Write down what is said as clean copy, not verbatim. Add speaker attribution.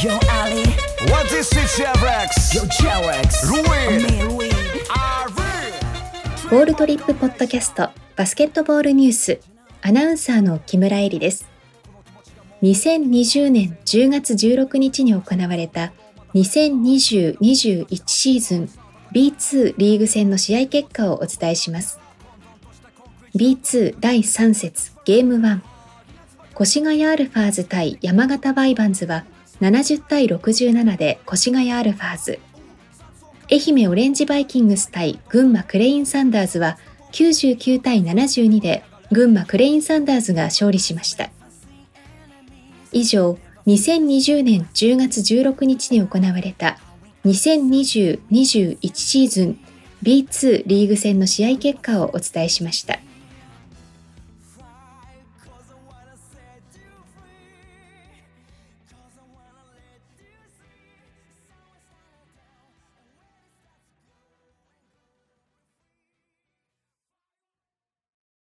Speaker 1: Yo Ali
Speaker 2: What is it, J-Rex?
Speaker 1: Yo J-Rex
Speaker 2: Ruin
Speaker 3: ボールトリップポッドキャストバスケットボールニュース、アナウンサーの木村恵里です。2020年10月16日に行われた2020-21シーズン B2 リーグ戦の試合結果をお伝えします。B2 第3節ゲーム1、越谷アルファーズ対山形バイバンズは70対67で越谷アルファーズ、愛媛オレンジバイキングス対群馬クレインサンダーズは99対72で群馬クレインサンダーズが勝利しました。以上、2020年10月16日に行われた2020-21シーズン B2 リーグ戦の試合結果をお伝えしました。